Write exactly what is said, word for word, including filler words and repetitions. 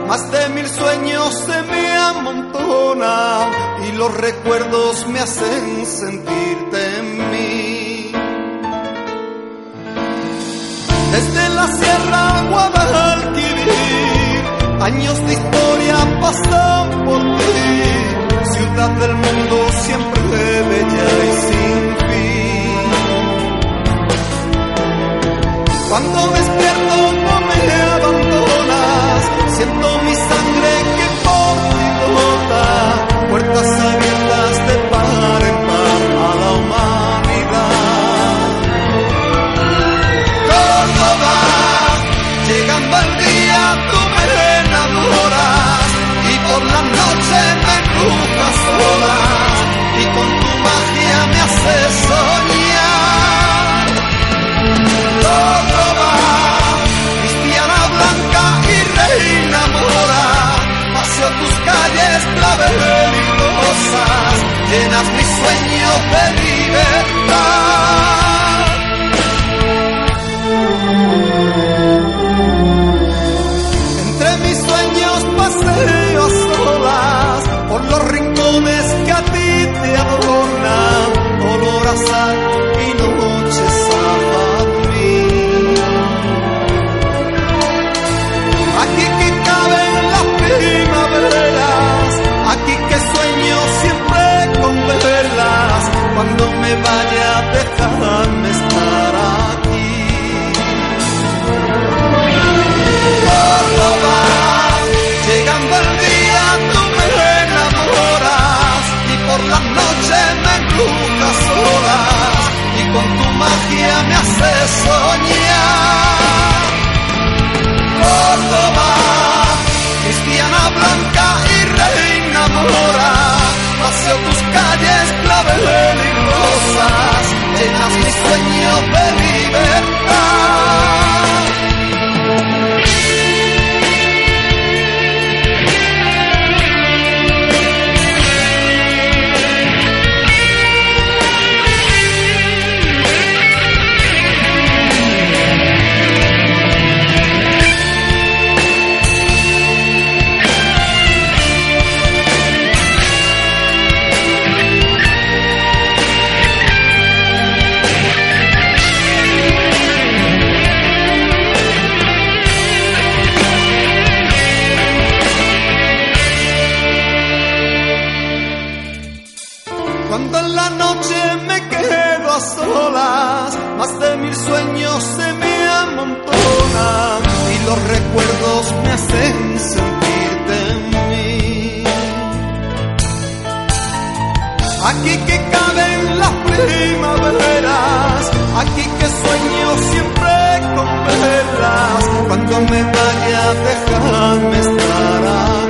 más de mil sueños se me amontonan y los recuerdos me hacen sentirte en mí. Desde la Sierra Guadalquivir, años de historia pasan por ti, ciudad del mundo siempre bella y sin fin. Cuando despierto no me abandonas, siento mi sangre que por ti brota, puertas abiertas de par en par a la humanidad. Córdoba, llegando al día tú me enamoras y por la noche me embrujas sola y con tu magia me haces soñar. Córdoba, cristiana blanca y reina mora, paseo tus calles clavel y rosas, llenas mis sueños de libertad. Entre mis sueños paseo a solas por los rincones que a ti te adornan, olor a sal y noches a jazmín. Aquí que caben las primaveras, aquí que sueño siempre con verlas, cuando me vaya déjame estar aquí. Córdoba, llegando el día tú me enamoras y por la noche me embrujas solas y con tu magia me haces soñar. Córdoba, cristiana blanca y reina mora, paseo tus calles clavel y rosas, llenas mis sueños de libertad. Cuando en la noche me quedo a solas, más de mil sueños se me amontonan y los recuerdos me hacen sentirte en mí. Aquí que caben las primaveras, aquí que sueño siempre con verlas, cuando me vaya déjame estar aquí.